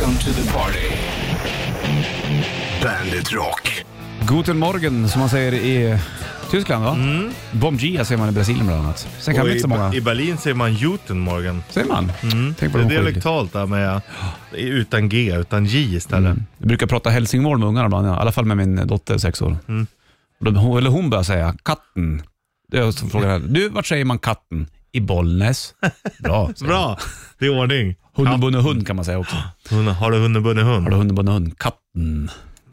Welcome to the party. Bandit Rock. Guten Morgen, som man säger i Tyskland, va? Bom Gia säger man i Brasilien bland annat. Sen kan vi inte så många. I Berlin säger man Guten Morgen. Säger man? Tänk på det är dialektalt där med utan G, utan J istället. Jag brukar prata hälsingmål med ungarna ibland, i alla fall med min dotter 6 år. Eller hon börjar säga katten. Det är som frågar här. Du, vart säger man katten? I Bollnäs. Bra. Bra, det är ordning. Hundbunne hund kan man säga också. Har du hundbunne hund? Har du hundbunne hund? Katten.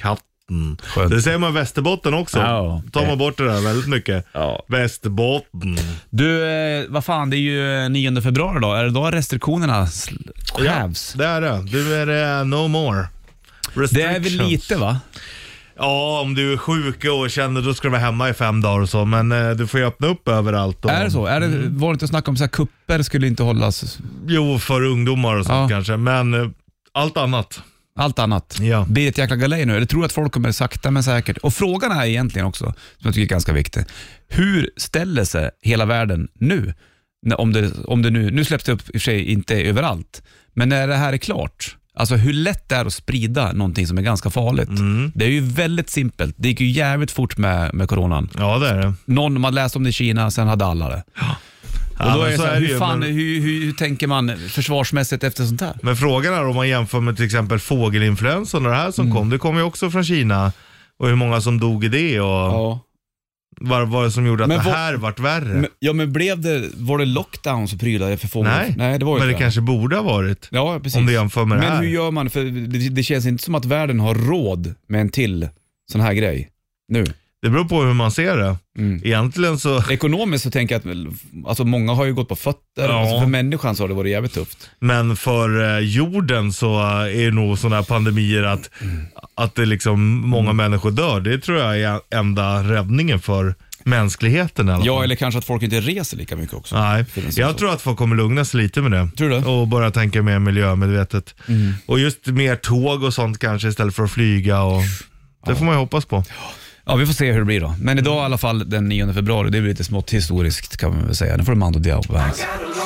Skönt. Det säger man i Västerbotten också. Ja, tar man bort det där väldigt mycket. Ja. Västerbotten. Du, vad fan, det är ju 9 februari då. Är det då restriktionerna hävs? Ja, det är det. Du är det no more. Det är väl lite, va? Ja, om du är sjuk och känner då ska du vara hemma i 5 dagar och så. Men du får ju öppna upp överallt. Är det så? Var det inte snack om så här kupper skulle inte hållas? Jo, för ungdomar och sånt kanske. Men allt annat. Allt annat. Ja. Blir det ett jäkla galej nu? Eller tror att folk kommer sakta men säkert? Och frågan är egentligen också, som jag tycker är ganska viktig. Hur ställer sig hela världen nu? Om det nu släpps det upp i och för sig inte överallt. Men när det här är klart, alltså hur lätt det är att sprida någonting som är ganska farligt. Det är ju väldigt simpelt. Det gick ju jävligt fort med coronan. Ja, det är det. Man läste om det i Kina, sen hade alla det. Och då är det så här, hur tänker man försvarsmässigt efter sånt här? Men frågan är om man jämför med till exempel fågelinfluensan och det här som kom. Det kom ju också från Kina. Och hur många som dog i det och vad var det som gjorde att det här vart värre? Men var det lockdowns och prylar för fåglar? Nej, det var ju men det kanske borde ha varit. Ja, precis. Om du jämför med det här. Men hur gör man? För det känns inte som att världen har råd med en till sån här grej nu. Det beror på hur man ser det. Egentligen så... Ekonomiskt så tänker jag att alltså, många har ju gått på fötter. Alltså, för människan så har det varit jävligt tufft. Men för jorden så är det nog sådana här pandemier att det liksom många människor dör. Det tror jag är enda räddningen för mänskligheten. Ja, eller kanske att folk inte reser lika mycket också. Nej, jag tror att folk kommer lugna sig lite med det. Tror du? Och bara tänka mer miljömedvetet. Och just mer tåg och sånt kanske istället för att flyga. Och det får man ju hoppas på. Ja, vi får se hur det blir då. Men idag i alla fall den 9 februari, det blir lite smått historiskt kan man väl säga. Nu får du Mando Diao på bandet.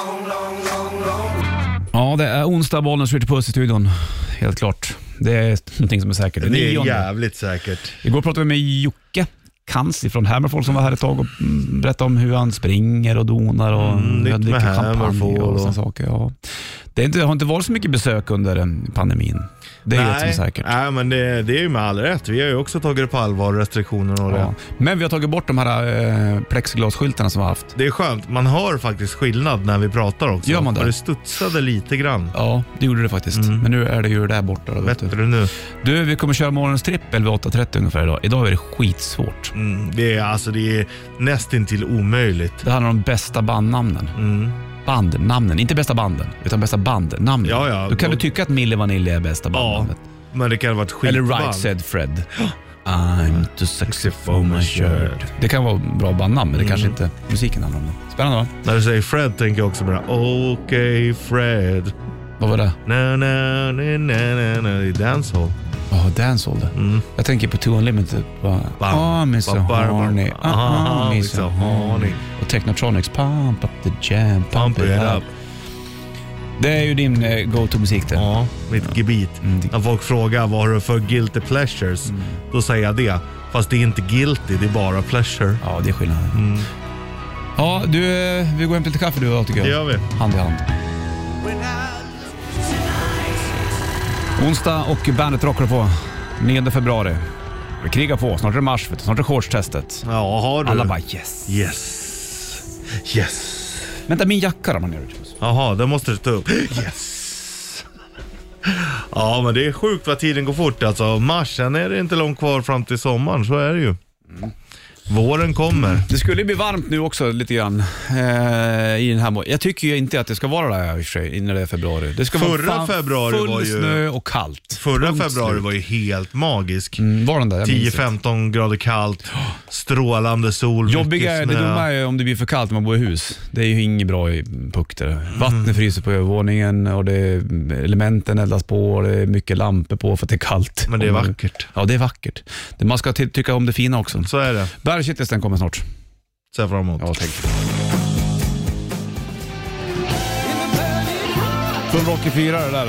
Ja, det är onsdag, Bollnäs Richard Puss i studion. Helt klart. Det är någonting som är säkert. Det är jävligt säkert. Igår pratade vi med Jocke Kansi från Hammerfall som var här ett tag och berättade om hur han springer och donar och med Hammerfall och sådana saker. Ja. Det har inte varit så mycket besök under pandemin. Det är ju som är säkert. Nej, men det är ju med all rätt. Vi har ju också tagit det på allvar, restriktionerna och det. Men vi har tagit bort de här plexiglasskyltarna som vi har haft. Det är skönt. Man hör faktiskt skillnad när vi pratar också. Gör man det? Det studsade lite grann. Ja, det gjorde det faktiskt. Men nu är det ju där borta. Då, bättre nu. Du, vi kommer köra morgonens trippel vid 8.30 ungefär idag. Idag är det skitsvårt. Det är nästintill omöjligt. Det handlar om bästa bandnamnen. Bandnamnen, inte bästa banden utan bästa bandnamnen. Ja. Då kan du tycka att Milli Vanilli är bästa bandnamnet. Men det kan ha varit skitband. Eller Right Said Fred. I'm too sexy for my shirt. Det kan vara bra bandnamn, men det kanske inte musiken handlar om det. Spännande, va? När du säger Fred tänker jag också bara Okej, Fred. Vad var det? Det är dancehall. Dancehall det. Jag tänker på Two Unlimited. I'm so horny. I'm so horny. Och Technotronics. Pump up the jam. Pump it up. Det är ju din go-to-musik det. Ja, mitt gebit. När folk frågar vad har du för guilty pleasures, då säger jag det. Fast det är inte guilty, det är bara pleasure. Ja, det är skillnaden. Ja, du, vi går hem till lite kaffe du tycker jag. Det gör vi. Hand i hand. Onsdag och bandet rockar på 9 februari. Vi krigar på, snart är det mars, snart är det shortstestet. Ja, har du? Alla bara yes. Vänta, min jacka då man gör det. Jaha, det måste du ta upp. Yes. Ja, men det är sjukt vad tiden går fort. Alltså mars, sen är det inte långt kvar fram till sommaren, så är det ju. Våren kommer. Det skulle bli varmt nu också lite grann i den här. Jag tycker ju inte att det ska vara där i och för sig innan det är februari. Det ska förra februari full var ju snö och kallt. Förra februari var ju helt magisk. Var den där? 10-15 grader kallt, strålande sol. Jobbiga är det dumma är om det blir för kallt när man bor i hus. Det är ju inget bra i pukter. Vattnet fryser på övervåningen och elementen eldas på och det är mycket lampor på för att det är kallt. Men det är vackert. Ja, det är vackert. Man ska tycka om det fina också. Så är det. Bergkittelsen kommer snart. Se fram emot. Ja, tänk. Från Rocky 4 det där.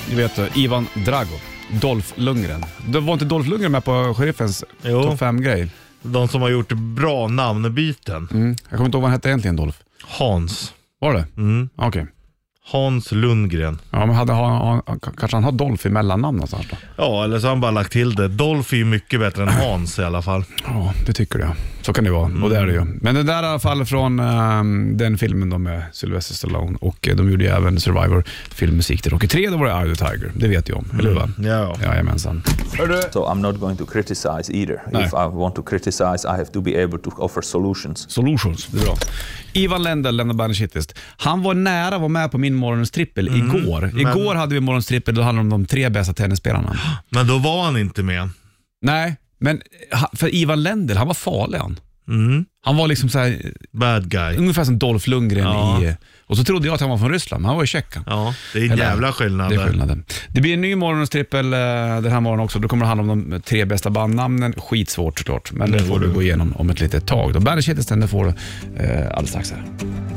Du vet, Ivan Drago, Dolph Lundgren. Det var inte Dolph Lundgren med på sheriffens topp 5-grej? De som har gjort bra namnbyten. Jag kommer inte ihåg vad han hette egentligen, Dolph. Hans. Var det? Okej. Hans Lundgren. Ja, men kanske han har Dolph i mellannamn någonstans då? Ja, eller så har han bara lagt till det. Dolph är ju mycket bättre än Hans i alla fall. Ja, det tycker jag. Så kan det vara, och det är det ju. Men det där är i alla fall från den filmen då med Sylvester Stallone, och de gjorde ju även Survivor-filmmusik till Rocky 3, då var det Eye of the Tiger. Det vet jag om, eller hur va? Ja. Jajamensan. So I'm not going to criticize either. No. If I want to criticize, I have to be able to offer solutions. Solutions, det är bra. Ivan Lendl lämnar Bandit Shitlist. Han var nära att vara med på min morgonens trippel igår. Igår hade vi morgonens trippel, då handlade det om de 3 bästa tennisspelarna. Men då var han inte med. Nej, men för Ivan Lendl, han var farlig han. Han var liksom så här bad guy. Ungefär som Dolph Lundgren i... Och så trodde jag att han var från Ryssland, men han var i Tjeckien. Ja, det är en jävla skillnad. Det är skillnaden. Det blir en ny morgonens trippel den här morgonen också. Då kommer det handla om de 3 bästa bandnamnen. Skitsvårt såklart, men det får du gå igenom om ett litet tag. Då Bandit Shitlist, det får du alldeles strax här.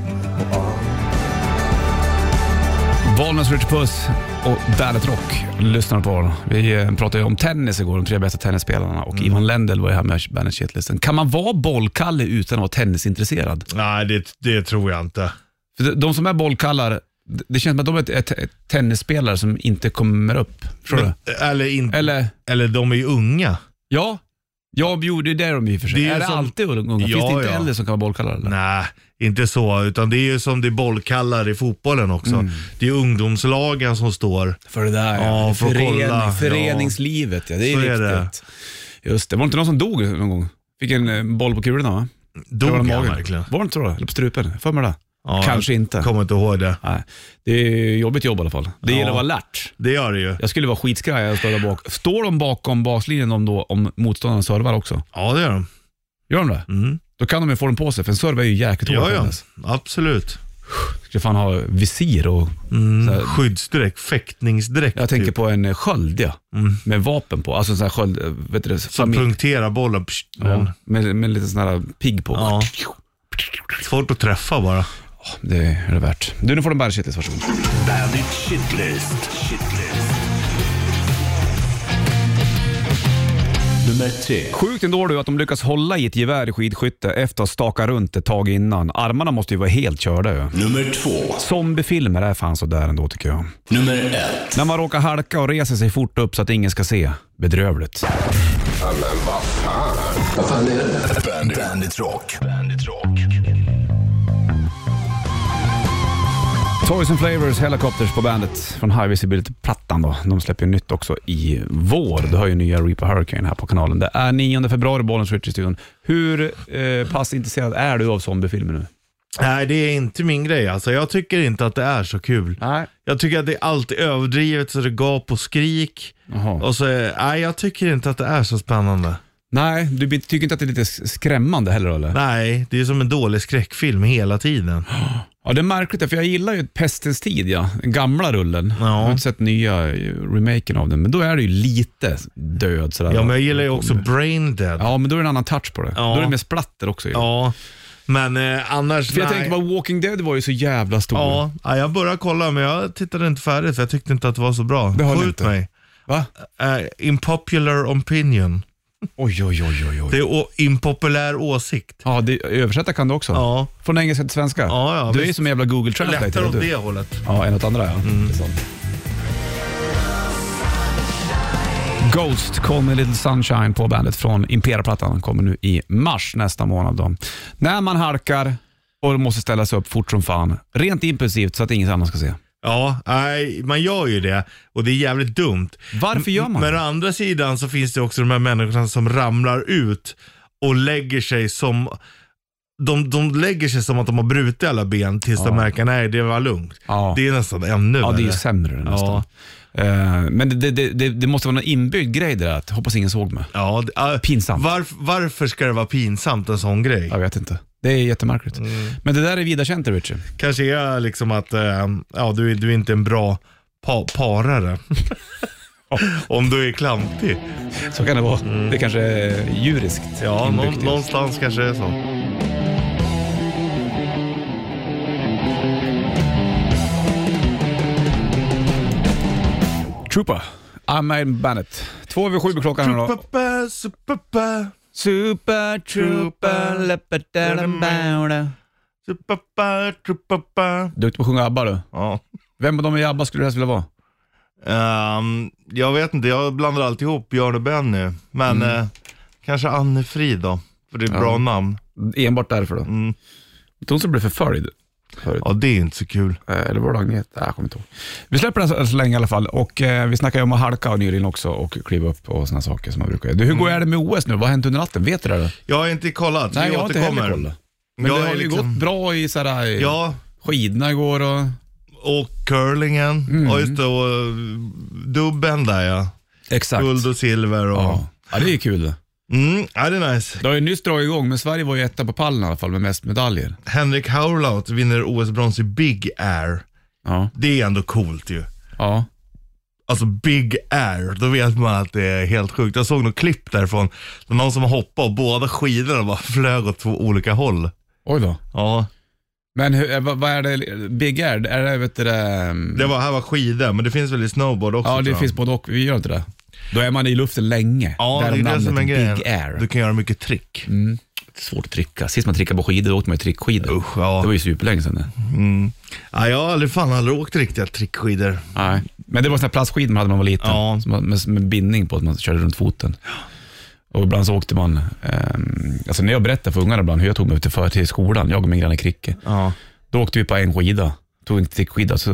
Bollnäs, Richard Puss och Bandit Rock lyssnar på. Vi pratade ju om tennis igår, de 3 bästa tennisspelarna, och Ivan Lendl var ju här med Bandit Shitlisten. Kan man vara bollkalle utan att vara tennisintresserad? Nej, det tror jag inte. För de som är bollkallar, det känns som att de är ett tennisspelare som inte kommer upp. Eller de är ju unga. Ja, det är det de i och för sig. Är det alltid unga? Finns det inte äldre som kan vara bollkallar? Eller? Nej, inte så. Utan det är ju som det är bollkallar i fotbollen också. Det är ungdomslagen som står för det där. Ja, för föreningslivet, ja. Det är viktigt. Just det. Var det inte någon som dog någon gång? Fick en boll på kulorna, va? Dog han verkligen? Var det inte så då? Eller på strupen? För mig det. Ja, kanske inte. Kommer inte ihåg det. Nej. Det är jobbigt jobb i alla fall. Det gäller att vara lärt. Det gör det ju. Jag skulle vara skitskraj. Står de bakom baslinjen om motståndaren servar också? Ja, det gör de. Gör de det? Då kan de ju få den på sig, för en serv är ju jäkligt hårt. Ja, absolut. Ska fan ha visir och skyddsdräkt, fäktningsdräkt. Jag tänker på en sköld, med vapen på. Alltså en sån här sköld, vet du det? Som punkterar bollen. Med lite sån här pigg på. Ja. Svårt att träffa bara. Det är det värt. Du, nu får de Bandit Shitlist, varsågod. Bandit Shitlist. Nummer 3. Sjukt ändå du att de lyckas hålla i ett gevär i skidskytte efter att staka runt ett tag innan. Armarna måste ju vara helt körda ju. Nummer 2. Zombiefilmer är fan så där ändå, tycker jag. Nummer 1. När man råkar halka och reser sig fort upp så att ingen ska se. Bedrövligt. Men vad fan är det? Bandit Rock. Toys and Flavors, Helicopters på bandet från High Visibility-plattan då. De släpper ju nytt också i vår. Du har ju nya Reaper Hurricane här på kanalen. Det är 9 februari, Bollnäs Ritchie i studion. Hur pass intresserad är du av zombiefilmer nu? Nej, det är inte min grej. Alltså, jag tycker inte att det är så kul. Nej. Jag tycker att det är alltid överdrivet, så det gap och skrik. Och så, nej, jag tycker inte att det är så spännande. Nej, du tycker inte att det är lite skrämmande heller, eller? Nej, det är som en dålig skräckfilm hela tiden. Ja, det är märkligt, för jag gillar ju Pestens tid, den gamla rullen. Jag har inte sett nya remaken av den, men då är det ju lite död sådär. Ja, men jag gillar ju också Brain Dead. Ja, men då är det en annan touch på det. Ja. Då är det mer splatter också ju. Ja, men annars... För jag tänker bara, Walking Dead var ju så jävla stor. Ja, jag började kolla, men jag tittade inte färdigt, för jag tyckte inte att det var så bra. Skjut mig. Va? Impopular opinion. Oj. Det är impopulär åsikt. Ja, översätta kan du också. Ja. Från engelska till svenska. Ja, du är ju som en jävla Google Translate. Lättare åt det hållet. Ja, än åt andra, ja. Det är sant. Ghost, Call Me Little Sunshine på bandet från Impera-plattan. Kommer nu i mars nästa månad då. När man halkar och måste ställa sig upp fort som fan. Rent impulsivt så att ingen annan ska se. Ja, nej, man gör ju det. Och det är jävligt dumt. Varför gör man det? Men å andra sidan så finns det också de här människorna som ramlar ut och lägger sig som... De lägger sig som att de har brutit alla ben tills de märker, nej, det var lugnt. Ja. Det är nästan ännu värre. Ja, det är ju sämre nästan. Men det måste vara någon inbyggd grej där, att hoppas ingen såg mig. Ja, pinsamt. Varför ska det vara pinsamt, en sån grej? Jag vet inte. Det är jättemärkligt. Men det där är vida känt, Richie. Kanske är liksom att du är inte en bra parare. Om du är klantig. Så kan det vara. Det kanske är djuriskt. Ja, någonstans kanske är så. Trooper, I'm Bandet. 2:07 klockan då. Super Trooper, duktig på att sjunga ABBA du. Ja. Vem av dem i ABBA skulle du helst vilja vara? Jag vet inte, jag blandar alltid ihop Björn och Benny. Men kanske Anne-Frid då. För det är ett bra namn. Enbart därför då. De som blev förföljd. Ja, det är inte så kul. Eller var det Agneta? Jag kommer inte ihåg. Vi släpper den så länge i alla fall. Och vi snackar ju om att halka och nyligen också. Och kliva upp och såna saker som man brukar göra. Hur går det med OS nu? Vad har hänt under natten? Vet du det? Jag har inte kollat. Nej, jag har inte heller kollat. Men det har ju gått bra i sådär, ja. Skidorna igår och curlingen. Och just då, dubben där ja. Exakt. Guld och silver. Och... Ja, det är kul. Ja, det är nice. Det har ju nyss dragit igång, men Sverige var ju etta på pallen i alla fall med mest medaljer. Henrik Haulaut vinner OS-brons i Big Air. Ja. Det är ändå coolt ju. Ja. Alltså Big Air, då vet man att det är helt sjukt. Jag såg något klipp därifrån. Det var någon som hoppade och båda skidorna bara flög åt två olika håll. Oj då. Ja. Men vad är det? Big Air? Är det, vet du, det var skidor, men det finns väl i snowboard också? Ja, det finns både och. Vi gör inte det. Då är man i luften länge. Ja, det är det som är grejen. Big Air. Du kan göra mycket trick. Svårt att tricka. Sist man trickade på skidor, då åkte man ju trickskidor. Usch, ja. Det var ju superlänge sedan. Ja, jag har aldrig åkt riktiga trickskidor. Nej, men det var såna här plastskidor man hade när man var liten. Ja. Med bindning på att man körde runt foten. Och ibland så åkte man, alltså när jag berättade för ungarna ibland hur jag tog mig ut till skolan, jag och min granne Kricke. Ja. Då åkte vi på en skida. Tog en trickskida som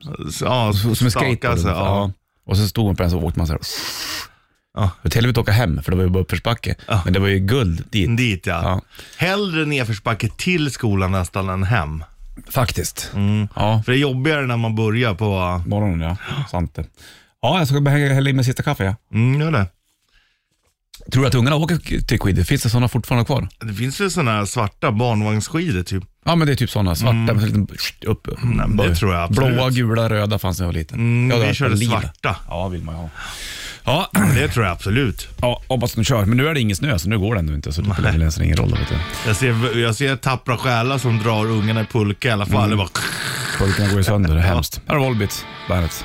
en skateboard. Ja. Och så stod man på den så åkte man så här. Ja. Ett helvete åka hem, för det var ju bara uppförsbacke. Ja. Men det var ju guld dit. Ja. Hellre nedförsbacke till skolan nästan än hem. Faktiskt. Ja. För det är jobbigare när man börjar på morgonen, ja. Sant det. Ja, jag ska bara hälla i med sista kaffe, ja. Gör det. Tror du att ungarna åker till skidor? Finns det sådana fortfarande kvar? Det finns väl sådana här svarta barnvagnsskidor typ. Ja, men det är typ sådana svarta med upp. Det tror jag absolut. Blåa, gula, röda fanns när jag var liten. Vi körde svarta. Ja, vill man ha. Ja, det tror jag absolut. Ja, hoppas de kör. Men nu är det ingen snö, så nu går det ändå inte. Så det spelar väl ingen roll. Vet du. Jag ser tappra själar som drar ungarna i pulka i alla fall. Det bara... Pulkarna går ju sönder, det är hemskt. Här är Volbeat, Bandet.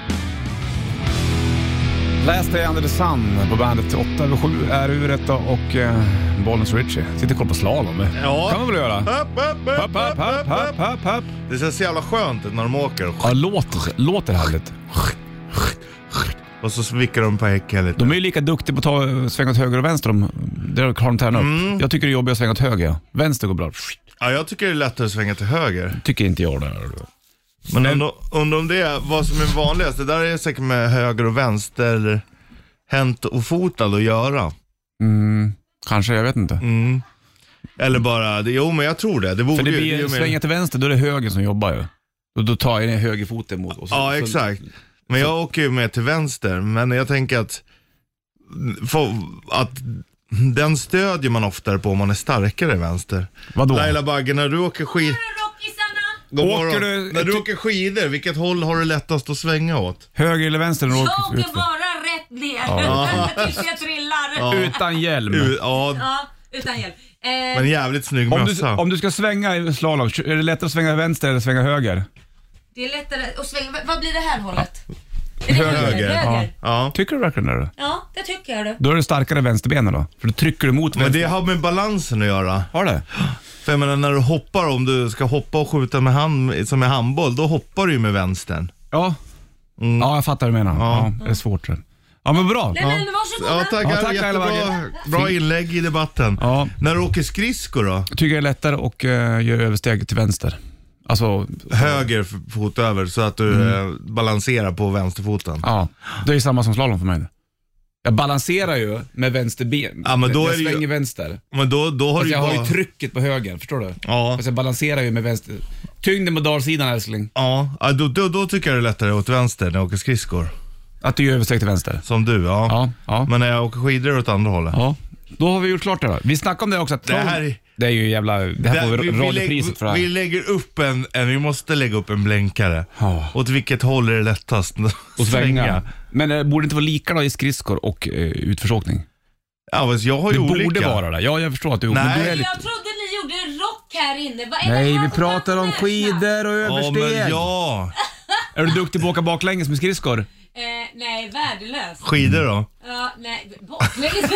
Last Day Under the Sun på Bandet. 8/7 är uret och Bollnäs Richie. Sitter koll på slalom. Ja. Kan man väl göra? Hopp. Det känns så jävla skönt när de åker. Ja, låter härligt. Och så vickar de på häcken lite. De är ju lika duktiga på att svänga åt höger och vänster. Det har de tärnat upp. Jag tycker det är jobbigt att svänga åt höger. Vänster går bra. Ja, jag tycker det är lättare att svänga till höger. Tycker inte jag det. Men undrar om det är vad som är vanligast. Det där är säkert med höger och vänster hänt och fotad att göra. Kanske, jag vet inte. Eller bara, jo men jag tror det. Det för det blir svänga till vänster, då är det höger som jobbar ju. Då tar jag ner högerfoten mot. Och så, ja, exakt. Men jag åker ju med till vänster. Men jag tänker att den stödjer man oftare på om man är starkare i vänster. Vadå? Laila Bagge, när du åker när du åker skidor, vilket håll har du lättast att svänga åt? Höger eller vänster? Jag åker bara rätt ner. Tills jag trillar. Utan hjälm. Utan hjälp. Men jävligt snygg mössa. Om du ska svänga i slalom, är det lättare att svänga vänster eller svänga höger? Det är lättare att svänga. Vad blir det här hållet? Höger. Ja. Tycker du verkligen det? Ja, det tycker jag det. Då är det starkare vänsterbenen då? För då trycker du mot vänster. Men det har med balansen att göra. Har det? För jag menar, när du hoppar, om du ska hoppa och skjuta med hand som är handboll, då hoppar du ju med vänstern. Ja. Ja, jag fattar vad du menar. Ja, det är svårt. Ja, men bra. Nej, men varsågoda. Tackar. Jättebra. Bra inlägg i debatten. Ja. När du åker skridskor då? Jag tycker det är lättare att göra översteg till vänster. Alltså höger fot över så att du balanserar på vänsterfoten. Ja, det är samma som slalom för mig. Jag balanserar ju med vänsterben. Ja, men då jag svänger vänster. Men då har du jag har ju trycket på höger, förstår du? Ja. Alltså jag balanserar ju med vänster. Tyngden på dalsidan, älskling. Ja, då tycker jag det är lättare åt vänster när jag åker skridskor. Att du gör översteg till vänster? Som du, ja. Men när jag åker skidor åt andra hållet. Ja. Då har vi gjort klart det då. Vi snackade om det också. Att det är ju jävla... Det här får vi radiopriset för det här. Vi lägger upp vi måste lägga upp en blänkare. Åt vilket håll är det lättast att svänga? Men borde det inte vara lika då i skridskor och utförsåkning? Ja, men jag har ju olika. Det borde vara det. Ja, jag förstår att du... Nej. Men jag trodde ni gjorde rock här inne. Nej, vi pratar om skidor och översteg. Ja. Är du duktig på att åka baklänges med skridskor? Nej, värdelös. Skidor då? Ja, nej, baklänges.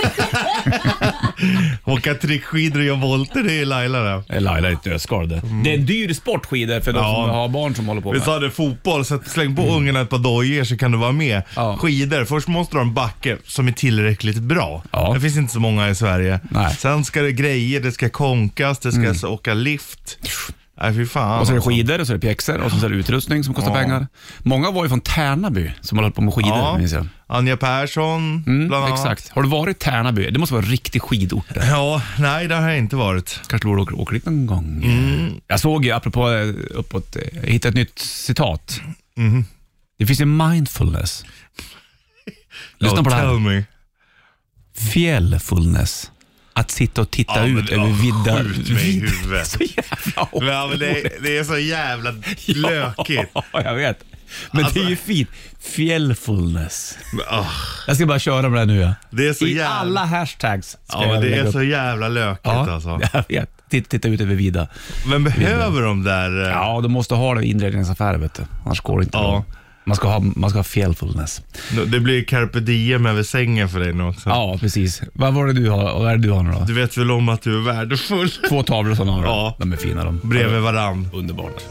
Åka trickskidor och göra volter, det är Laila det. Laila är ett dödskal det. Det är en dyr sportskidor för de som har barn som håller på Vi med. sa det, fotboll, så släng på ungarna ett par dojor så kan du vara med. Ja. Skidor, först måste du ha en backe som är tillräckligt bra. Ja. Det finns inte så många i Sverige. Nej. Sen ska det grejer, det ska konkas, det ska åka lift. Nej, fy fan. Och så är det skidor och så är det pjäxor och så är det utrustning som kostar pengar. Många var ju från Tärnaby som håller på med skidor, minns jag. Anja Persson, bland annat. Exakt. Har du varit i Tärnaby? Det måste vara en riktig skidort där. Ja, nej det har jag inte varit. Kanske du borde åka dit någon gång. Jag såg ju, apropå uppåt, jag hittade ett nytt citat. Det finns en mindfulness. Lyssna på det här. Tell me. Fjällfulness. Att sitta och titta ut över vidda... Skjut mig i huvudet. Så jävla Ja, men det är så jävla lökigt. Ja, jag vet. Men det är ju fint. Fjällfulness. Jag ska bara köra med det nu. Ja. Det är så I jävla... alla hashtags ska Ja, jag det lägga är upp. så jävla lökigt alltså. Jag vet. Titta ut över vida. Men behöver de där... Ja, de måste ha det i inredningsaffärer, vet du. Annars går det inte bra. Man ska ha fjällfulness. Det blir carpe diem över sängen för dig nu också. Ja, precis. Vad var det du har och vad är det du har nu då? Du vet väl om att du är värdefull? 2 tavlor sådana har du. Ja. De är fina de. Bredvid varann. Underbart.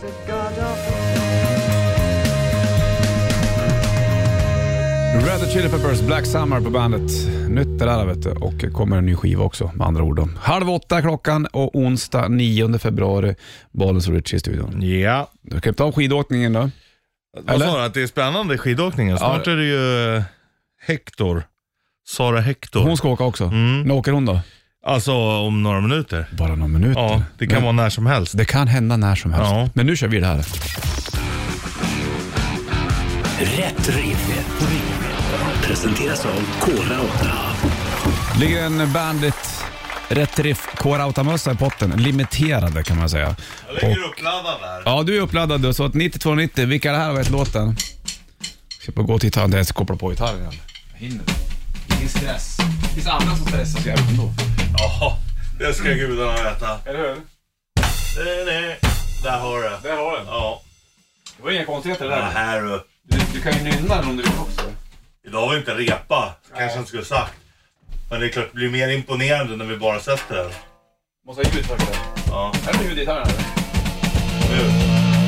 Red Hot Chili Peppers, Black Summer på bandet. Nytt det där, vet du. Och kommer en ny skiva också, med andra ord då. 7:30 klockan och onsdag 9 februari. Bollens och Richie i studion. Ja. Du kan ta av skidåkningen då. Vad sa du? Att det är spännande skidåkningen? Snart är det ju Hector. Sara Hector. Hon ska åka också. När åker hon då? Alltså om några minuter. Bara några minuter. Ja, det kan vara när som helst. Det kan hända när som helst. Ja. Men nu kör vi det här. Rätt riff. Presenteras av Kora 8. Ligger en Bandit Rätt Riff Kora 8-mössa i potten. Limiterade kan man säga. Jag ligger uppladdad där. Ja, du är uppladdad då. Så att 9290, vilka är det här? Vet låten? Ska bara gå till gitarren där jag ska koppla på gitarren igen. Jag hinner. Ingen stress. Det finns andra som stressar så jävligt ändå. Ja, det ska gudarna veta. Eller hur? Nej. Där har du det. Där har den. Ja. Det var inga konstigheter det Ja, där. här du. Du kan ju nynna den om du vill också. Idag var vi inte repa, kanske jag skulle sagt. Men det är klart det blir mer imponerande när vi bara sätter den. Måste ha ljud först. Ja. Här är ljud i gitarren. Nu.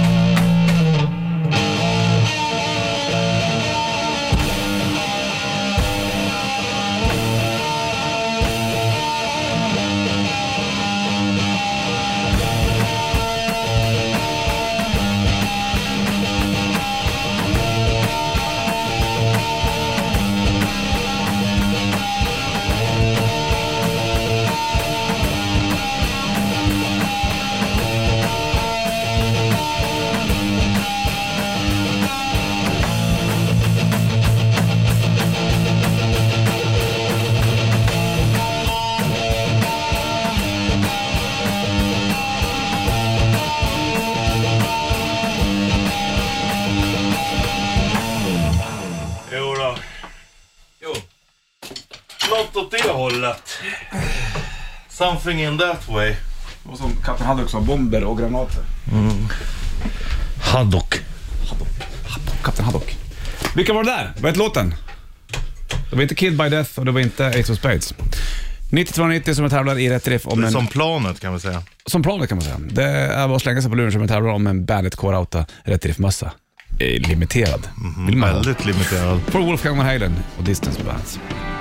Något åt det hållet. Something in that way. Och som Kapten Haddock sa, bomber och granater. Haddock. Kapten Haddock. Vilka var det där? Vad är låten? Det var inte Killed by Death och det var inte Ace of Spades. 9290 som är tävlar i Rätt Riff om Det är en... som planet kan man säga. Som planet kan man säga. Det är bara att slänga sig på luren som är tävlar om en Bandit Core Auta Rätt Riff-massa. Limiterad. Vill man ha? Väldigt limiterad. För Wolfgang Van Halen och Distance Bands.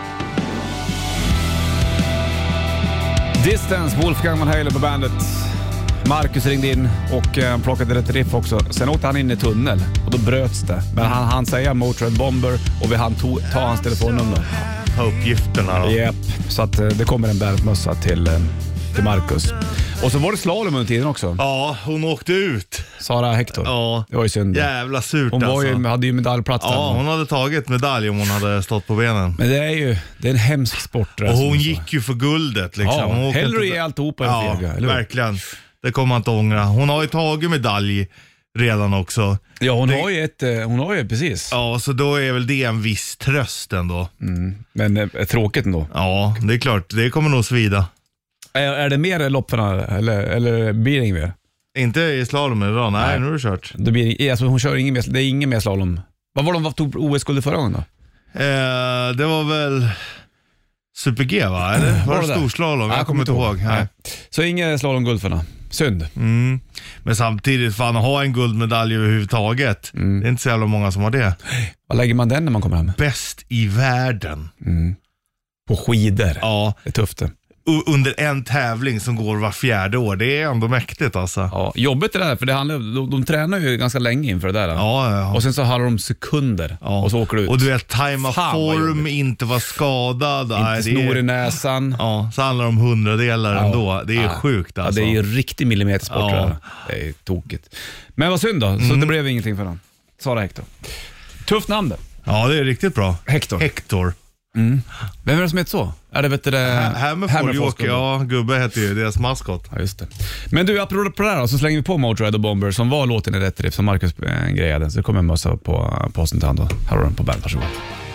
Distance, Wolfgang Van Halen på bandet. Marcus ringde in och plockade Rätt Riff också. Sen åkte han in i tunnel och då bröts det. Men han säger Motörhead Bomber och vi hann ta hans telefonnummer. Ta uppgifterna då. Japp, så att det kommer en Bandit-mössa till Marcus. Och så var det slalom under tiden också. Ja, hon åkte ut. Sara Hector. Ja. Det var ju synd. Jävla surt Hon var alltså. ju, hade ju medaljplats där. Ja, hon hade tagit medalj om hon hade stått på benen. Men det är en hemsk sport. Och hon gick ju för guldet liksom. Ja, Hon åkte hellre inte- ge alltihopa än Ja, fega, eller hur? verkligen. Det kommer man inte ångra. Hon har ju tagit medalj redan också. Ja, hon har ju precis. Ja, så då är väl det en viss tröst ändå. Men tråkigt ändå. Ja, det är klart. Det kommer nog svida. Är det mer lopp eller blir det inget mer? Inte i slalom idag. Nej, nu är det kört. Det blir, alltså hon kör ingen mer, det är ingen mer slalom. Vad var de tog OS-guld förra gången då? Det var väl Super-G va? Eller var det storslalom? Jag kommer inte ihåg. Nej. Så inga slalomguld för nå. Synd. Men samtidigt, fan, ha en guldmedalj överhuvudtaget. Det är inte så jävla många som har det. Vad lägger man den när man kommer hem? Bäst i världen. På skidor. Ja. Det är tufft det. Under en tävling som går var 4:e år. Det är ändå mäktigt alltså. Ja, jobbigt det där, för det handlar, de tränar ju ganska länge inför det där. Ja. Och sen så handlar det om sekunder. Ja. Och så åker du ut. Och du vet, tajma form, inte vara skadad. Inte snor i näsan. Ja, så handlar det om 100-delar ändå. Det är sjukt alltså. Ja, det är ju riktig millimetersport det där. Det är tokigt. Men vad synd då, så det blev ingenting för dem. Sara Hector. Tufft namn det. Ja, det är riktigt bra. Hector. Vem är det som heter så? Är det vet du Hammerfall, ja, gubbe heter ju deras maskot. Ja, just det. Men du, apropå det här då, så slänger vi på Motörhead och Bomber som var låten i rätt riff som Marcus grejade. Så det kommer en mössa på posten till hand då. Här har den på bandet, varsågod.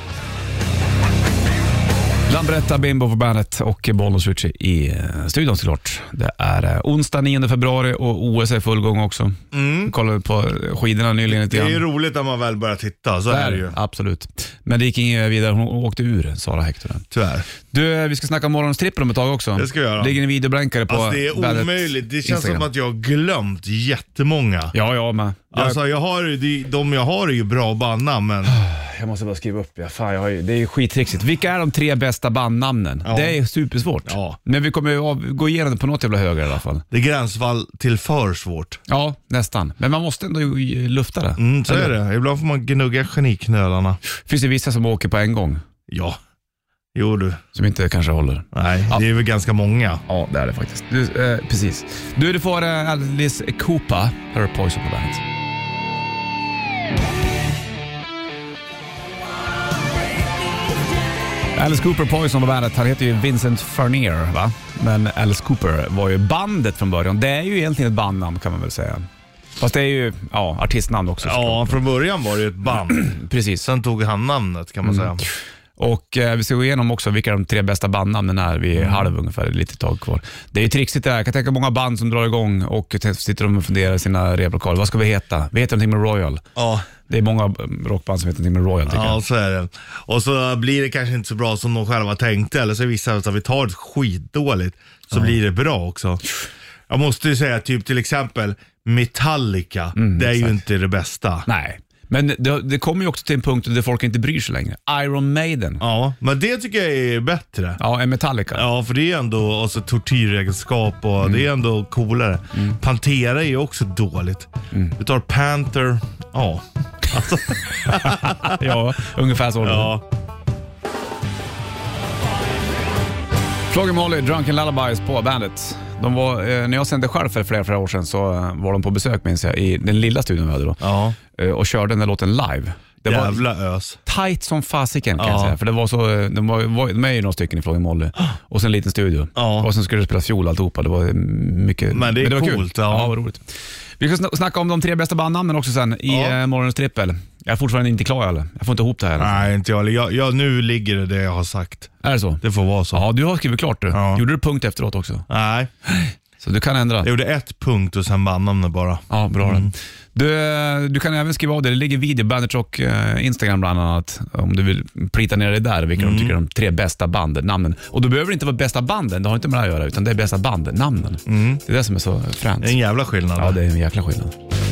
Lambretta, Bimbo på bandet och Bollnäs Ritchie i studion såklart. Det är onsdag 9 februari och OS är full gång också. Kollade på skidorna nyligen lite grann. Det är ju roligt när man väl börjar titta, så är det ju. Absolut. Men det gick inget vidare, hon åkte ur, Sara Hector. Tyvärr. Du, vi ska snacka om morgonens trippel om ett tag också. Det ska vi göra. Ligger en videobränkare på alltså, det är omöjligt. Det känns Instagram. Som att jag har glömt jättemånga. Ja, men. Alltså, jag har ju bra bandnamn, men... Jag måste bara skriva upp. Fan, det är ju skittrixigt. Vilka är de 3 bästa bandnamnen? Ja. Det är supersvårt. Ja. Men vi kommer ju gå igenom det på något jävla högre i alla fall. Det är gränsfall till för svårt. Ja, nästan. Men man måste ändå lufta det. Så är det. Ibland får man gnugga geniknölarna. Finns det vissa som åker på en gång? Ja. Jo du. Som inte kanske håller. Nej, det är väl ganska många. Ja, det är det faktiskt. Precis. Du får Alice Cooper. Här är Poison på bandet. Alice Cooper, Poison på bandet. Han heter ju Vincent Furnier, va? Men Alice Cooper var ju bandet från början. Det är ju egentligen ett bandnamn kan man väl säga. Fast det är ju artistnamn också. Ja, från början var det ju ett band. Precis. Sen tog han namnet kan man säga. Och vi ska gå igenom också vilka de 3 bästa bandnamnen är. Vi är halv ungefär, lite tag kvar. Det är ju trixigt det här. Jag kan tänka många band som drar igång och sitter de och funderar i sina replokaler. Vad ska vi heta? Vi heter någonting med Royal. Ja. Det är många rockband som heter någonting med Royal tycker jag. Ja, så är det. Och så blir det kanske inte så bra som de själva tänkte. Eller så vissa att vi tar det skitdåligt så blir det bra också. Jag måste ju säga typ till exempel Metallica. Det är ju inte det bästa. Nej. Men det kommer ju också till en punkt där folk inte bryr sig längre. Iron Maiden. Ja, men det tycker jag är bättre. Ja, än Metallica. Ja, för det är ändå alltså, tortyregenskap och det är ändå coolare. Pantera är ju också dåligt. Vi tar Panther. Ja. Alltså. Ja, ungefär så. Ja. Flogging Molly, Drunken Lullabies på bandet. De var, när jag sände själv för flera år sedan så var de på besök minns jag, i den lilla studion vi hade då. Ja. Och körde den där låten live. Det jävla var ös. Tight som fasiken kan jag säga. För det var så, de är ju några stycken i Flogging Molly. Och sen en liten studio. Och sen skulle det spela fiol alltihopa. Det var mycket. Men det var coolt. Kul. Ja, det var roligt. Vi ska snacka om de 3 bästa bandnamnen också sen i morgonens trippel. Jag är fortfarande inte klar eller? Jag får inte ihop det här. Nej, inte jag. Nu ligger det jag har sagt. Är det så? Det får vara så. Ja, du har skrivit klart det. Ja. Gjorde du punkt efteråt också? Nej. Så du kan ändra. Jag gjorde 1 punkt och sen bandnamnet bara. Ja, bra. Du kan även skriva av det. Det ligger video, Bandit Rock, Instagram bland annat. Om du vill plita ner det där, vilka de tycker är de 3 bästa banden, namnen. Och då behöver det inte vara bästa banden, det har inte med det att göra, utan det är bästa banden, namnen. Det är det som är så fränt. Det är en jävla skillnad. Ja, det är en jäkla skillnad.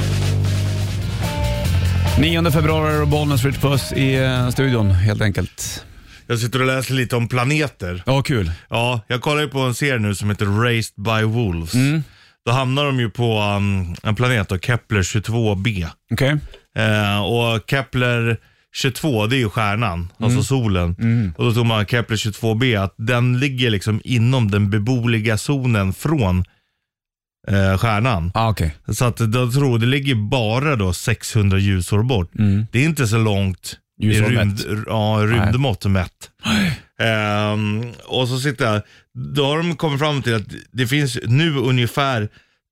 9 februari och Bollnäs Ritchie Puss i studion, helt enkelt. Jag sitter och läser lite om planeter. Ja, kul. Ja, jag kollar ju på en serie nu som heter Raised by Wolves. Då hamnar de ju på en planet då, Kepler 22b. Okej. Och Kepler 22, det är ju stjärnan, alltså solen. Och då tog man Kepler 22b, att den ligger liksom inom den beboliga zonen från stjärnan. Okay. Så att jag tror det ligger bara då 600 ljusår bort. Det är inte så långt i rymdmått mätt. Och så sitter jag, då har de kommit fram till att det finns nu ungefär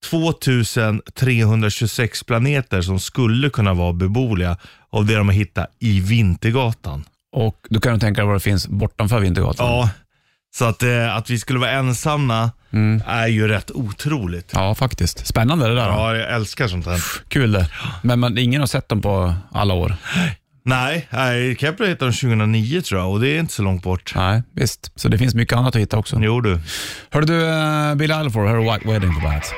2326 planeter som skulle kunna vara beboeliga av det de har hittat i Vintergatan. Och du kan ju tänka dig vad det finns bortanför Vintergatan. Ja, så att vi skulle vara ensamma är ju rätt otroligt. Ja, faktiskt. Spännande det där. Ja, jag älskar sånt här. Kul det. Men ingen har sett dem på alla år. Nej, Kepler hittade den 2009 tror jag, och det är inte så långt bort. Nej, visst. Så det finns mycket annat att hitta också. Jo du. Hörde du Billie Eilish, här är White Wedding på bandet.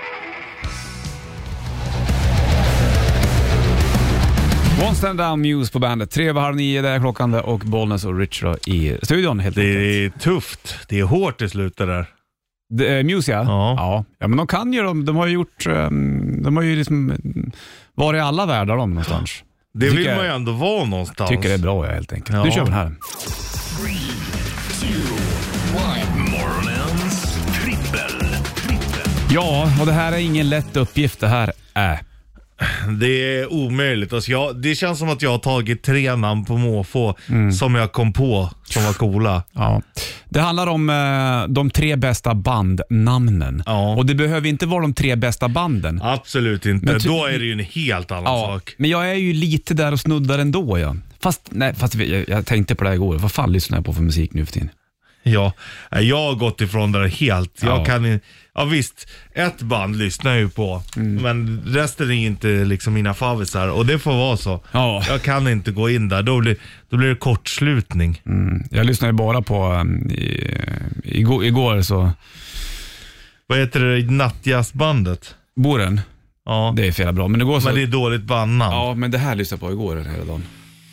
One Stand Down Muse på bandet. 8:03 där klockan och Bollnäs och Richard i studion helt enkelt. Det är tufft. Det är hårt i slutet där. Muse ja, men de kan ju de har ju gjort de har ju liksom varit i alla världar de någonstans. Det vill man ju ändå vara någonstans. Tycker det är bra helt enkelt. Du kör den här. 3, 2, 1. Morgonens trippel. Ja, och det här är ingen lätt uppgift det här är. Det är omöjligt. Alltså det känns som att jag har tagit 3 namn på måfå som jag kom på som var coola. Ja. Det handlar om de 3 bästa bandnamnen. Ja. Och det behöver inte vara de 3 bästa banden. Absolut inte. Men då är det ju en helt annan sak. Men jag är ju lite där och snuddar ändå. Ja. Fast jag tänkte på det här igår. Vad fan lyssnar jag på för musik nu för tiden? Ja, jag har gått ifrån det helt. Jag kan visst, ett band lyssnar jag ju på, men resten är inte liksom mina favvisar, och det får vara så. Ja. Jag kan inte gå in där, då blir det kortslutning. Jag lyssnar ju bara på igår så. Vad heter det nattjazzbandet? Boren. Ja. Det är fel bra, men det går så. Men det är dåligt bandnamn. Ja, men det här lyssnade jag på igår hela dagen.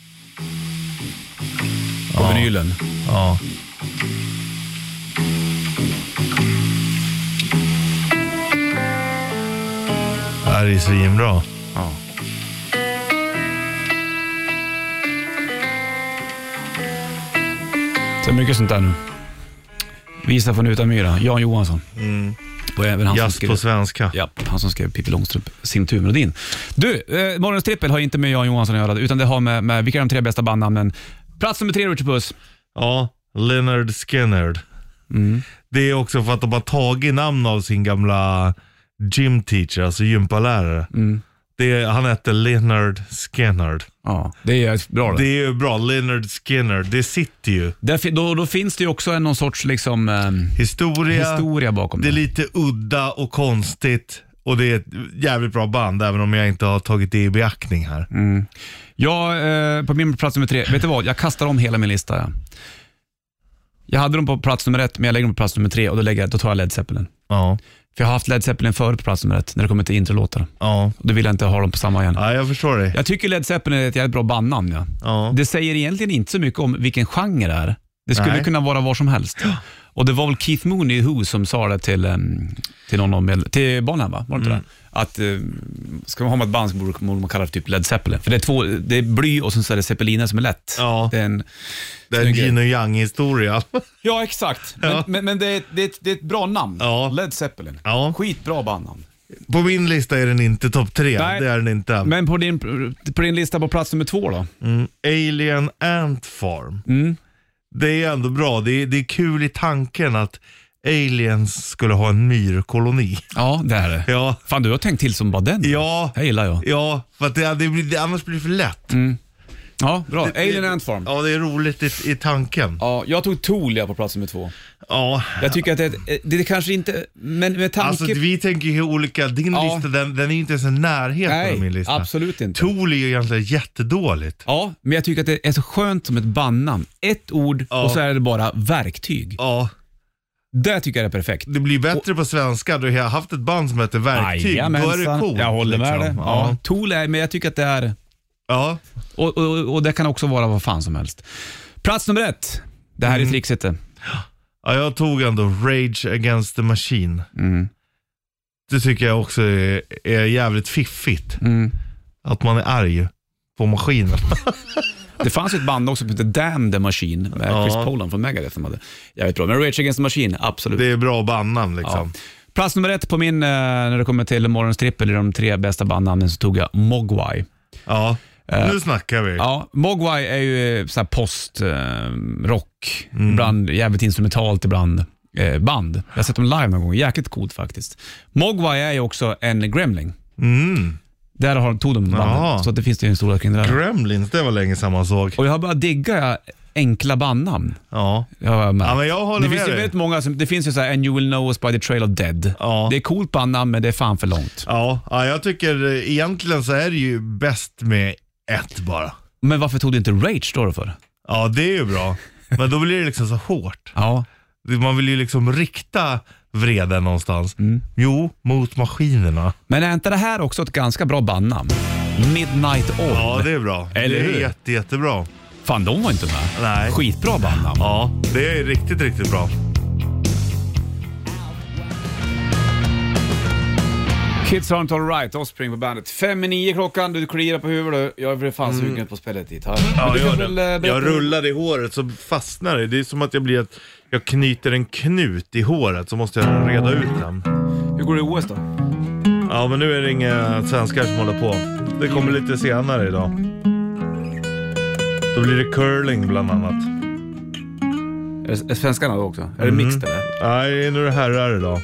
På vinylen. Ja. Det är svinbra. Ja. Så är mycket sånt där nu. Visa från Utanmyra, Jan Johansson. Och även han Jazz på svenska. Ja, han som skrev Pippi Långstrump, signaturmelodin. Du, morgonens trippel har inte med Jan Johansson att göra, utan det har med vilka är de 3 bästa bandnamnen. Plats nummer 3, Richard Puss. Ja, Leonard Skinner. Det är också för att de har tagit namn av sin gamla gym teacher, alltså gympalärare. Han heter Leonard Skinner. Ja, det är bra. Det är ju bra, Leonard Skinner. Det sitter ju. Då finns det ju också någon sorts liksom historia bakom det. Det är lite udda och konstigt, och det är ett jävligt bra band, även om jag inte har tagit det i beaktning här. Ja, på min plats nummer 3, vet du vad? Jag kastar om hela min lista. Ja. Jag hade dem på plats nummer 1, men jag lägger dem på plats nummer 3 och då tar jag Led Zeppelin. Ja. För jag har haft Led Zeppelin förut på plats nummer 1 när det kommer till introlåtar. Ja. Och då vill jag inte ha dem på samma igen. Ja, jag förstår det. Jag tycker Led Zeppelin är ett jävligt bra bandnamn. Ja. Ja. Det säger egentligen inte så mycket om vilken genre det är. Det skulle kunna vara var som helst. Och det var väl Keith Moon i Who som sa det till någon till Bonham, va? Var det inte det? Att ska man ha ett band så borde man kalla det typ Led Zeppelin. För det är bly och så är det zeppeliner som är lätt. Ja. Det är en Yin och Yang-historia. Ja, exakt. Men det är ett bra namn. Ja. Led Zeppelin. Ja. Skitbra bandnamn. På min lista är den inte topp 3. Nej, det är den inte. Men på din lista på plats nummer 2 då? Alien Ant Farm. Det är ändå bra. Det är kul i tanken att aliens skulle ha en myrkoloni. Ja, det är det. Ja. Fan, du har tänkt till som bara den. Ja. Det gillar jag. Ja, för att annars blir det för lätt. Ja, bra. Alien Ant Farm. Ja, det är roligt i tanken. Ja, jag tog Tool på plats nummer 2. Ja. Jag tycker att det kanske inte, men med tanke... Alltså vi tänker ju olika, din lista den är inte ens en närhet på min lista. Absolut inte. Tool är ju egentligen jättedåligt. Ja, men jag tycker att det är så skönt som ett bandnamn. Ett ord och så är det bara verktyg. Ja. Det tycker jag är perfekt. Det blir bättre på svenska. Du har haft ett band som heter Verktyg. Då är det coolt. Jag håller med det. Ja. Tool är, men jag tycker att det är... Ja. Och det kan också vara vad fan som helst. Plats nummer 1. Det här är trixet. Ja, jag tog ändå Rage Against the Machine. Det tycker jag också är jävligt fiffigt. Att man är arg på maskinen. Det fanns ett band också som heter Damn the Machine med Chris Poland från Megadeth som hade jävligt bra. Men Rage Against the Machine, absolut. Det är bra bandnamn liksom. Ja. Plats nummer 1 på min, när det kommer till morgonens trippel i de 3 bästa bandnamnen, så tog jag Mogwai. Ja. Nu snackar vi. Ja, Mogwai är ju så här post-rock. Ibland jävligt instrumentalt, ibland band. Jag har sett dem live någon gång, jäkligt coolt faktiskt. Mogwai är ju också en gremling. Där tog de bandet, så att det finns ju en stor kring det där. Gremlins, det var länge sedan man såg. Och jag har bara diggat enkla bandnamn. Ja. Men jag håller med dig. Väldigt många det finns ju så här And You Will Know Us By The Trail of Dead. Ja. Det är coolt bandnamn, men det är fan för långt. Ja, jag tycker egentligen så är det ju bäst med ett bara. Men varför tog du inte Rage då för? Ja, det är ju bra. Men då blir det liksom så hårt. Ja. Man vill ju liksom rikta vreden någonstans. Jo, mot maskinerna. Men är inte det här också ett ganska bra bandnamn? Midnight Oil. Ja, det är bra. Eller det hur? är jättebra. Fan, de var inte med. Nej. Skitbra bandnamn. Ja, det är riktigt bra. Kids Aren't All Right, Offspring på bandet. 5:09 klockan, du klirar på huvudet. Jag är fan sugen på att spela dit här. Ja, Men jag rullade i håret så fastnar det. Det är som att jag knyter en knut i håret, så måste jag reda ut den. Hur går det i OS då? Ja, men nu är det inga svenskar som håller på. Det kommer lite senare idag. Då blir det curling bland annat. Är svenskarna då också? Är det mixed eller? Nej, nu är det herrar idag.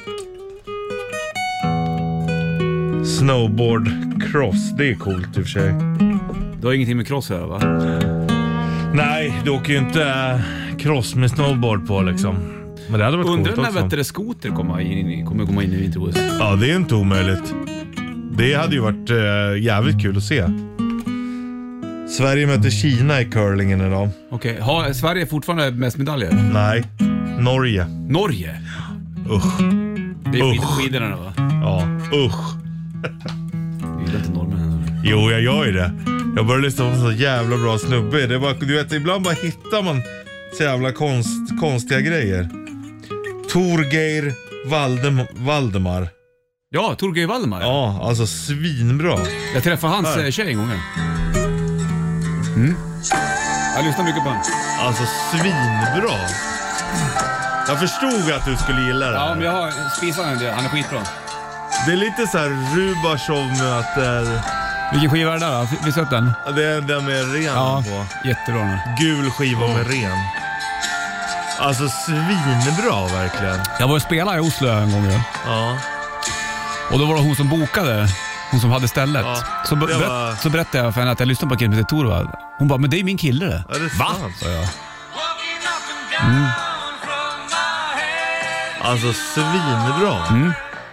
Snowboard cross, det är coolt i och för sig. Du har ingenting med cross här va? Nej, du åker ju inte cross med snowboard på liksom. Men det hade varit coolt också. Undrar när skoter kommer komma in i vinter-OS. Ja, det är inte omöjligt. Det hade ju varit jävligt kul att se. Sverige möter Kina i curlingen idag. Okej, har Sverige fortfarande mest medaljer? Nej, Norge. Norge? Usch. Det är skidorna va? Ja, usch. Du gillar inte norrmännen? Jo, jag gör ju det. Jag börjar lyssna på en så jävla bra snubbe. Det är bara, du vet, ibland bara hittar man så jävla konstiga grejer. Torgeir Valdemar. Ja, Torgeir Valdemar. Ja, alltså svinbra. Jag träffade hans tjej en gång. Jag lyssnar mycket på honom. Alltså svinbra. Jag förstod att du skulle gilla det. Ja, men jag har spisat en del. Han är skitbra. Det är lite så här Rubashov möter... Vilken skiva är det där då? Visa upp den. Det är den med ren på. Jättebra nu. Gul skiva med ren. Alltså svinbra verkligen. Jag var och spelade i Oslo en gång. Ja. Och då var det hon som bokade. Hon som hade stället. Ja, Så berättade jag för henne att jag lyssnade på killen som heter Torvald. Hon bara, men det är min kille det. Ja, det är Va? sant. Så jag. Alltså svinbra.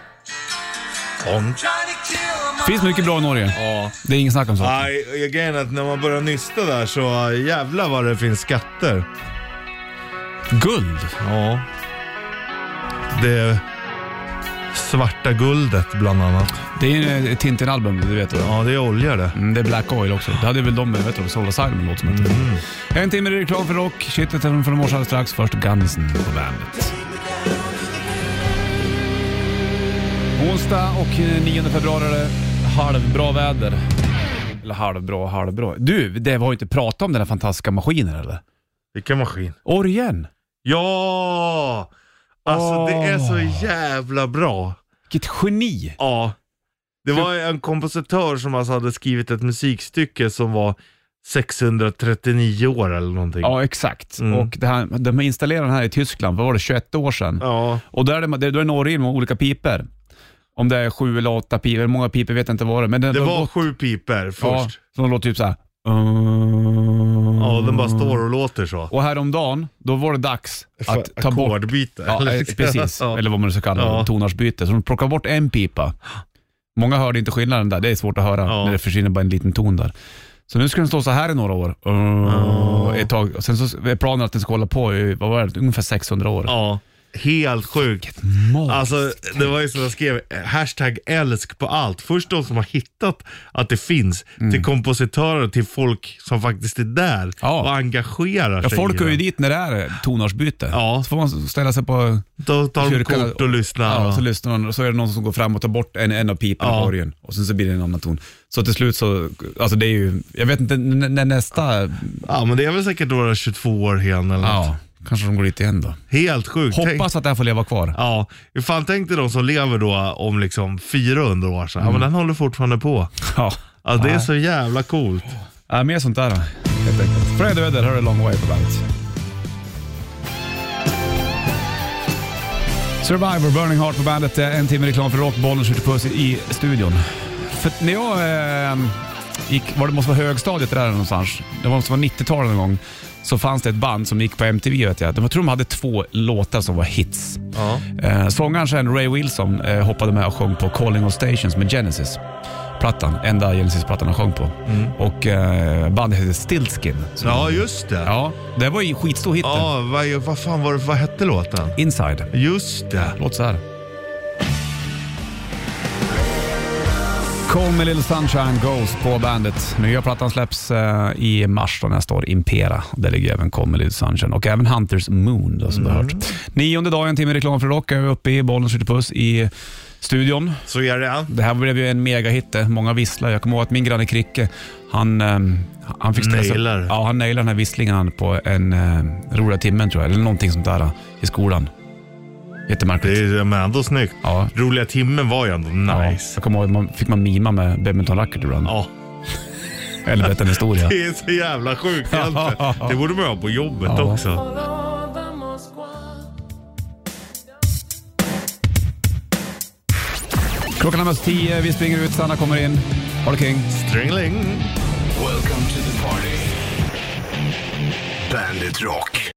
Finns mycket bra i Norge. Ja. Det är ingen snack om så. Nej, grejen är att när man börjar nysta där så jävlar vad det finns skatter. Guld. Ja. Det svarta guldet bland annat. Det är ett Tintin-album, du vet. Ja, det är olja det. Det är Black Oil också. Det hade väl de med, vet du, Soul Asylum, en låt som heter. En timme reklam för rock. Shitet från morse alldeles strax. Först Gunsen på bandet. Onsdag och 9 februari är det halvbra väder. Eller halvbra. Du, det var ju inte prata om den här fantastiska maskinen eller? Vilken maskin? Orgen. Ja! Alltså det är så jävla bra. Vilket geni. Ja. Det var en kompositör som alltså hade skrivit ett musikstycke som var 639 år eller någonting. Ja, exakt. Och det här, de installerade den här i Tyskland, vad var det, 21 år sedan? Ja. Och då är det en orgel med olika piper. Om det är 7 eller 8 piper, många piper vet jag inte vad det är. Men det var 7 piper först. Ja, så de låter typ så här. Ja, den bara står och låter så. Och häromdagen, då var det dags att ta bort ackordbyte. Ja, precis. Ja. Eller vad man ska kalla det, tonartsbyte. Så de plockar bort en pipa. Många hörde inte skillnaden där. Det är svårt att höra när det försvinner bara en liten ton där. Så nu ska den stå så här i några år. Ett tag. Sen så är planen att den ska hålla på i, vad var det, ungefär 600 år. Ja. Helt sjukt. Alltså det var ju som jag skrev, #älsk på allt. Först de som har hittat att det finns, till kompositörer, till folk som faktiskt är där och engagerar sig. Folk går ju dit när det är tonartsbyte. Ja. Så får man ställa sig på då tar de kort och lyssnar. Ja, så lyssnar man, och så är det någon som går fram och tar bort en av piporna på orgeln. Och sen så blir det en annan ton. Så till slut så, alltså det är ju, jag vet inte när nästa... Ja, men det är väl säkert då 22 år igen eller något. Kanske de går dit igen då. Helt sjukt. Hoppas att det här får leva kvar. Ja, hur fan tänkte de som lever då om liksom 400 år sedan? Ja, men den håller fortfarande på. Ja. Alltså, det är så jävla coolt. Ja, mer sånt där då, helt enkelt. Fred Weather, hör Long Way på bandet. Survivor, Burning Heart på bandet. En timme reklam för rock, bollen skjuter puss i studion. För när jag det måste vara högstadiet där någonstans. Det måste vara 90-talet någon gång. Så fanns det ett band som gick på MTV, vet jag. Jag tror de hade 2 låtar som var hits. Sångaren sen, Ray Wilson, hoppade med och sjöng på Calling All Stations med Genesis. plattan, enda Genesis-plattan han sjöng på. Och bandet heter Stiltskin. Ja, just det. Ja, det var ju skitstor hit. Ja, vad fan var det, vad hette låten? Inside. Just det. Låt så här. Call Me Little Sunshine Ghost på bandet. Nya plattan släpps i mars då nästa år, Impera. Där ligger även Call Me Little Sunshine och även Hunters Moon då, som du har hört. 9:e dagen, en timme reklam för rock. Jag är uppe i Bollnäs Puss i studion. Så är det. Det här blev ju en megahit. Många visslar. Jag kommer ihåg att min granne Kricke, han fick nailar. Ja, han nailade den här visslingen på en roliga timmen tror jag, eller någonting sånt där i skolan. Jättemärkligt. Det är ändå snyggt. Ja. Roliga timmen var ju ändå nice. Ja, jag kommer ihåg, fick man mima med badmintonracket ibland. Ja. Eller berätta en historia. Det är så jävla sjukt egentligen. Det borde man ha på jobbet också. Klockan är 10, vi springer ut, Sanna kommer in. Harley King. Stringling. Welcome to the party. Bandit Rock.